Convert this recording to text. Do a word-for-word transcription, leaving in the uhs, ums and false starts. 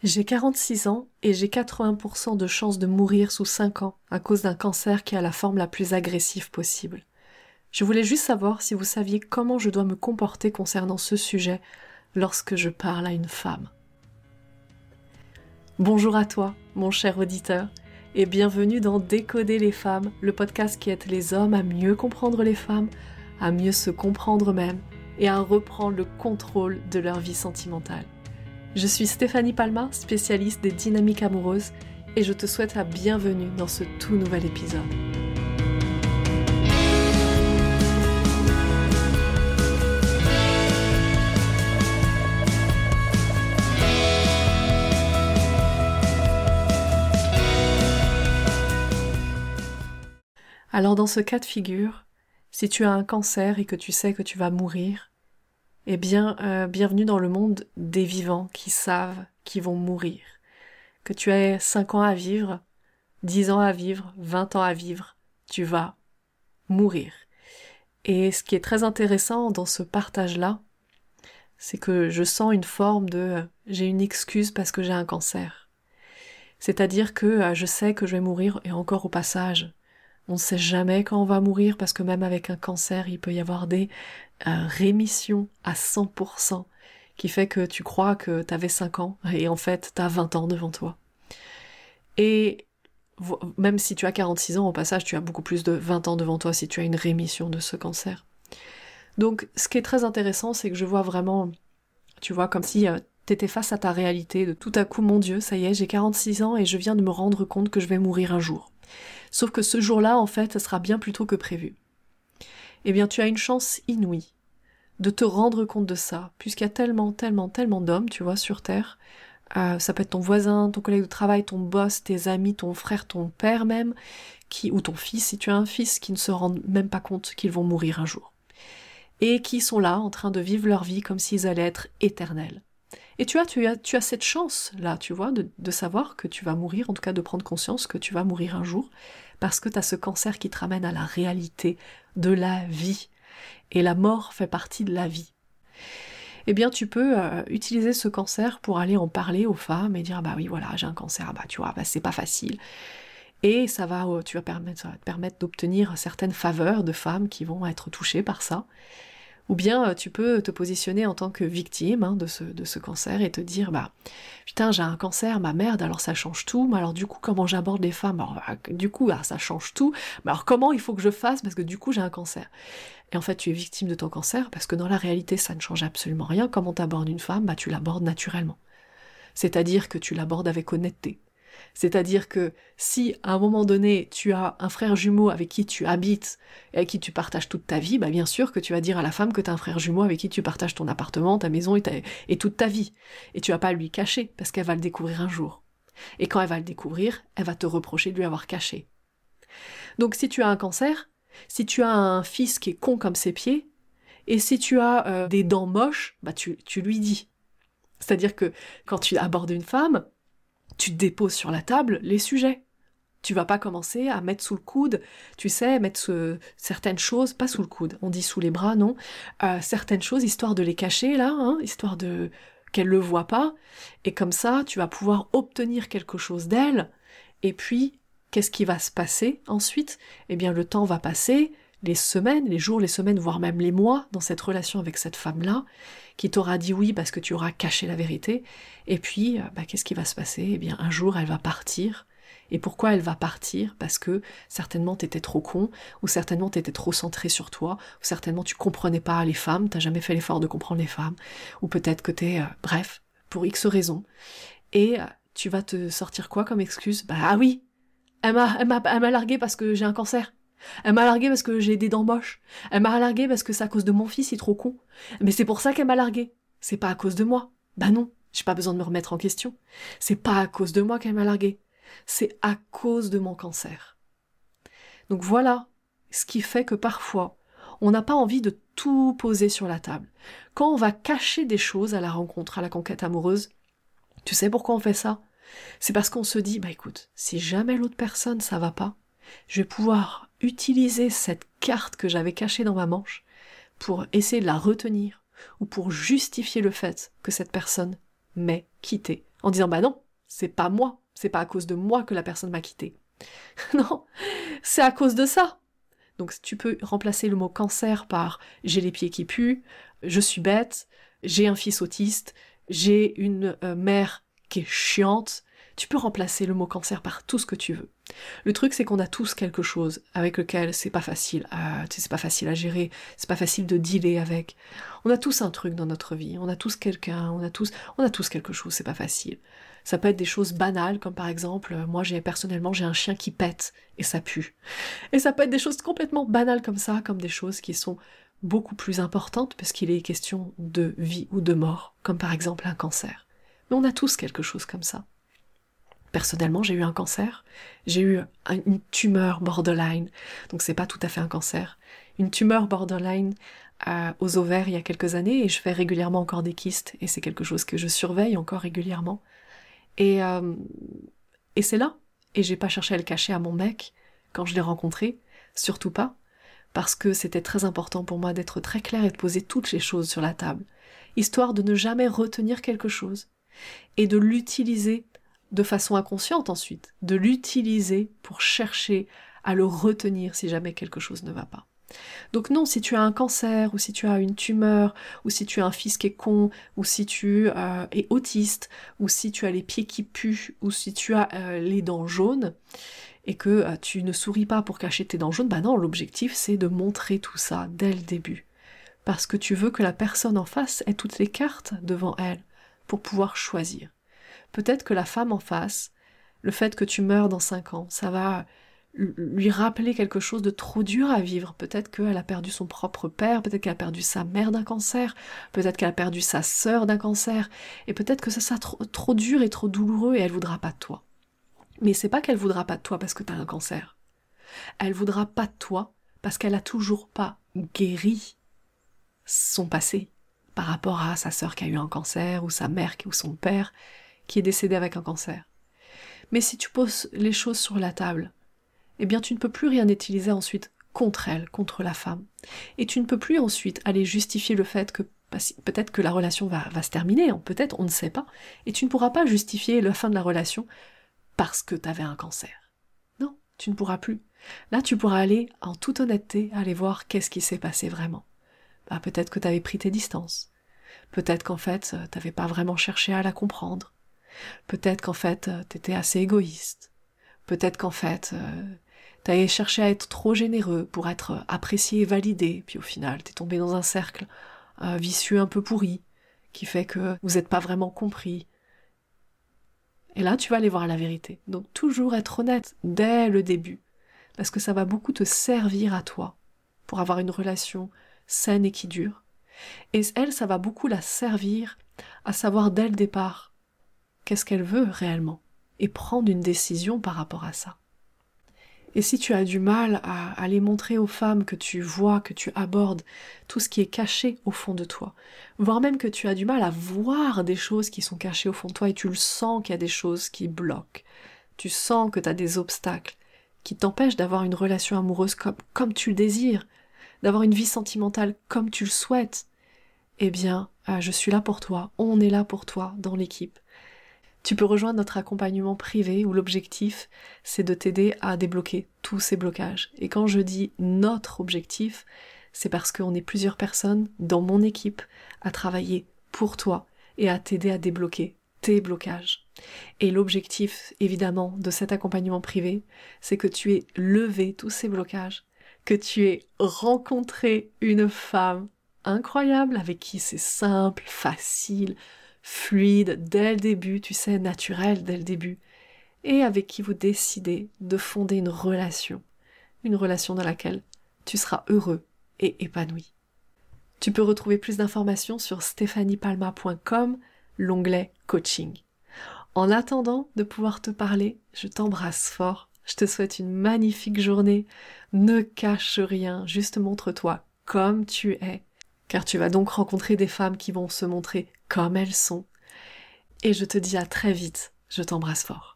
J'ai quarante-six ans et j'ai quatre-vingts pour cent de chances de mourir sous cinq ans à cause d'un cancer qui a la forme la plus agressive possible. Je voulais juste savoir si vous saviez comment je dois me comporter concernant ce sujet lorsque je parle à une femme. Bonjour à toi, mon cher auditeur, et bienvenue dans Décoder les femmes, le podcast qui aide les hommes à mieux comprendre les femmes, à mieux se comprendre eux-mêmes et à reprendre le contrôle de leur vie sentimentale. Je suis Stéphanie Palma, spécialiste des dynamiques amoureuses, et je te souhaite la bienvenue dans ce tout nouvel épisode. Alors dans ce cas de figure, si tu as un cancer et que tu sais que tu vas mourir, eh bien, euh, bienvenue dans le monde des vivants qui savent qu'ils vont mourir. Que tu aies cinq ans à vivre, dix ans à vivre, vingt ans à vivre, tu vas mourir. Et ce qui est très intéressant dans ce partage-là, c'est que je sens une forme de euh, « j'ai une excuse parce que j'ai un cancer ». C'est-à-dire que euh, je sais que je vais mourir, et encore au passage, on ne sait jamais quand on va mourir parce que même avec un cancer, il peut y avoir des euh, rémissions à cent pour cent qui fait que tu crois que tu avais cinq ans et en fait tu as vingt ans devant toi. Et même si tu as quarante-six ans, au passage, tu as beaucoup plus de vingt ans devant toi si tu as une rémission de ce cancer. Donc ce qui est très intéressant, c'est que je vois vraiment, tu vois, comme si euh, tu étais face à ta réalité, de tout à coup, mon Dieu, ça y est, j'ai quarante-six ans et je viens de me rendre compte que je vais mourir un jour. Sauf que ce jour-là, en fait, ça sera bien plus tôt que prévu. Eh bien, tu as une chance inouïe de te rendre compte de ça, puisqu'il y a tellement, tellement, tellement d'hommes, tu vois, sur Terre. Euh, ça peut être ton voisin, ton collègue de travail, ton boss, tes amis, ton frère, ton père même, qui, ou ton fils, si tu as un fils, qui ne se rendent même pas compte qu'ils vont mourir un jour. Et qui sont là, en train de vivre leur vie comme s'ils allaient être éternels. Et tu as, tu as, tu as cette chance-là, tu vois, de, de savoir que tu vas mourir, en tout cas de prendre conscience que tu vas mourir un jour, parce que tu as ce cancer qui te ramène à la réalité de la vie. Et la mort fait partie de la vie. Eh bien, tu peux euh, utiliser ce cancer pour aller en parler aux femmes et dire, bah oui, voilà, j'ai un cancer, bah tu vois, bah c'est pas facile. Et ça va, euh, tu vas permettre, ça va te permettre d'obtenir certaines faveurs de femmes qui vont être touchées par ça. Ou bien tu peux te positionner en tant que victime hein, de, ce, de ce cancer et te dire bah putain j'ai un cancer, ma merde, alors ça change tout, mais alors du coup comment j'aborde les femmes, alors, bah, du coup ah, ça change tout, mais alors comment il faut que je fasse parce que du coup j'ai un cancer. Et en fait tu es victime de ton cancer parce que dans la réalité ça ne change absolument rien, comment t'abordes une femme, bah tu l'abordes naturellement. C'est-à-dire que tu l'abordes avec honnêteté. C'est-à-dire que si à un moment donné tu as un frère jumeau avec qui tu habites et avec qui tu partages toute ta vie, bah bien sûr que tu vas dire à la femme que tu as un frère jumeau avec qui tu partages ton appartement, ta maison et, ta, et toute ta vie. Et tu vas pas lui cacher parce qu'elle va le découvrir un jour. Et quand elle va le découvrir, elle va te reprocher de lui avoir caché. Donc si tu as un cancer, si tu as un fils qui est con comme ses pieds, et si tu as euh, des dents moches, bah tu, tu lui dis. C'est-à-dire que quand tu abordes une femme, tu déposes sur la table les sujets. Tu vas pas commencer à mettre sous le coude, tu sais, mettre ce, certaines choses, pas sous le coude, on dit sous les bras, non, euh, certaines choses, histoire de les cacher, là, hein, histoire de qu'elle le voit pas, et comme ça, tu vas pouvoir obtenir quelque chose d'elle, et puis, qu'est-ce qui va se passer ensuite ? Eh bien, le temps va passer, les semaines, les jours, les semaines, voire même les mois, dans cette relation avec cette femme-là, qui t'aura dit oui parce que tu auras caché la vérité, et puis, bah, qu'est-ce qui va se passer ? Eh bien, un jour, elle va partir. Et pourquoi elle va partir ? Parce que certainement t'étais trop con, ou certainement t'étais trop centré sur toi, ou certainement tu comprenais pas les femmes, t'as jamais fait l'effort de comprendre les femmes, ou peut-être que t'es, euh, bref, pour X raisons. Et euh, tu vas te sortir quoi comme excuse ? Bah ah oui, elle m'a, elle m'a, elle m'a largué parce que j'ai un cancer. Elle m'a largué parce que j'ai des dents moches. Elle m'a largué parce que c'est à cause de mon fils, il est trop con. Mais c'est pour ça qu'elle m'a largué. C'est pas à cause de moi. Bah non, j'ai pas besoin de me remettre en question. C'est pas à cause de moi qu'elle m'a largué. C'est à cause de mon cancer. Donc voilà ce qui fait que parfois, on n'a pas envie de tout poser sur la table. Quand on va cacher des choses à la rencontre, à la conquête amoureuse, tu sais pourquoi on fait ça ? C'est parce qu'on se dit, bah écoute, si jamais l'autre personne ça va pas, je vais pouvoir utiliser cette carte que j'avais cachée dans ma manche pour essayer de la retenir ou pour justifier le fait que cette personne m'ait quitté en disant bah non, c'est pas moi, c'est pas à cause de moi que la personne m'a quitté. Non, c'est à cause de ça. Donc tu peux remplacer le mot cancer par j'ai les pieds qui puent, je suis bête, j'ai un fils autiste, j'ai une euh, mère qui est chiante. Tu peux remplacer le mot cancer par tout ce que tu veux. Le truc, c'est qu'on a tous quelque chose avec lequel c'est pas facile, à, c'est pas facile à gérer, c'est pas facile de dealer avec. On a tous un truc dans notre vie, on a tous quelqu'un, on a tous, on a tous quelque chose, c'est pas facile. Ça peut être des choses banales, comme par exemple, moi j'ai personnellement j'ai un chien qui pète et ça pue. Et ça peut être des choses complètement banales comme ça, comme des choses qui sont beaucoup plus importantes parce qu'il est question de vie ou de mort, comme par exemple un cancer. Mais on a tous quelque chose comme ça. Personnellement, j'ai eu un cancer, j'ai eu un, une tumeur borderline, donc c'est pas tout à fait un cancer, une tumeur borderline euh, aux ovaires il y a quelques années, et je fais régulièrement encore des kystes, et c'est quelque chose que je surveille encore régulièrement. Et, euh, et c'est là, et j'ai pas cherché à le cacher à mon mec quand je l'ai rencontré, surtout pas, parce que c'était très important pour moi d'être très claire et de poser toutes les choses sur la table, histoire de ne jamais retenir quelque chose, et de l'utiliser de façon inconsciente ensuite, de l'utiliser pour chercher à le retenir si jamais quelque chose ne va pas. Donc non, si tu as un cancer, ou si tu as une tumeur, ou si tu as un fils qui est con, ou si tu euh, es autiste, ou si tu as les pieds qui puent, ou si tu as euh, les dents jaunes, et que euh, tu ne souris pas pour cacher tes dents jaunes, bah non, l'objectif c'est de montrer tout ça dès le début. Parce que tu veux que la personne en face ait toutes les cartes devant elle, pour pouvoir choisir. Peut-être que la femme en face, le fait que tu meurs dans cinq ans, ça va lui rappeler quelque chose de trop dur à vivre. Peut-être qu'elle a perdu son propre père, peut-être qu'elle a perdu sa mère d'un cancer, peut-être qu'elle a perdu sa sœur d'un cancer, et peut-être que ça sera trop, trop dur et trop douloureux et elle voudra pas de toi. Mais c'est pas qu'elle voudra pas de toi parce que t'as un cancer. Elle voudra pas de toi parce qu'elle a toujours pas guéri son passé par rapport à sa sœur qui a eu un cancer, ou sa mère ou son père qui est décédé avec un cancer. Mais si tu poses les choses sur la table, eh bien tu ne peux plus rien utiliser ensuite contre elle, contre la femme. Et tu ne peux plus ensuite aller justifier le fait que peut-être que la relation va, va se terminer, peut-être, on ne sait pas, et tu ne pourras pas justifier la fin de la relation parce que tu avais un cancer. Non, tu ne pourras plus. Là, tu pourras aller, en toute honnêteté, aller voir qu'est-ce qui s'est passé vraiment. Bah, peut-être que tu avais pris tes distances. Peut-être qu'en fait, tu n'avais pas vraiment cherché à la comprendre. Peut-être qu'en fait, t'étais assez égoïste. Peut-être qu'en fait, euh, t'avais cherché à être trop généreux pour être apprécié et validé, puis au final, t'es tombé dans un cercle euh, vicieux un peu pourri, qui fait que vous n'êtes pas vraiment compris. Et là, tu vas aller voir la vérité. Donc toujours être honnête dès le début, parce que ça va beaucoup te servir à toi, pour avoir une relation saine et qui dure. Et elle, ça va beaucoup la servir à savoir dès le départ qu'est-ce qu'elle veut réellement, et prendre une décision par rapport à ça. Et si tu as du mal à aller montrer aux femmes que tu vois, que tu abordes tout ce qui est caché au fond de toi, voire même que tu as du mal à voir des choses qui sont cachées au fond de toi et tu le sens qu'il y a des choses qui bloquent, tu sens que tu as des obstacles qui t'empêchent d'avoir une relation amoureuse comme, comme tu le désires, d'avoir une vie sentimentale comme tu le souhaites, eh bien, euh, je suis là pour toi, on est là pour toi dans l'équipe. Tu peux rejoindre notre accompagnement privé où l'objectif, c'est de t'aider à débloquer tous ces blocages. Et quand je dis notre objectif, c'est parce qu'on est plusieurs personnes dans mon équipe à travailler pour toi et à t'aider à débloquer tes blocages. Et l'objectif, évidemment, de cet accompagnement privé, c'est que tu aies levé tous ces blocages, que tu aies rencontré une femme incroyable avec qui c'est simple, facile, fluide, dès le début, tu sais, naturel dès le début, et avec qui vous décidez de fonder une relation, une relation dans laquelle tu seras heureux et épanoui. Tu peux retrouver plus d'informations sur stephanie palma point com, l'onglet coaching. En attendant de pouvoir te parler, je t'embrasse fort, je te souhaite une magnifique journée, ne cache rien, juste montre-toi comme tu es, car tu vas donc rencontrer des femmes qui vont se montrer comme elles sont. Et je te dis à très vite, je t'embrasse fort.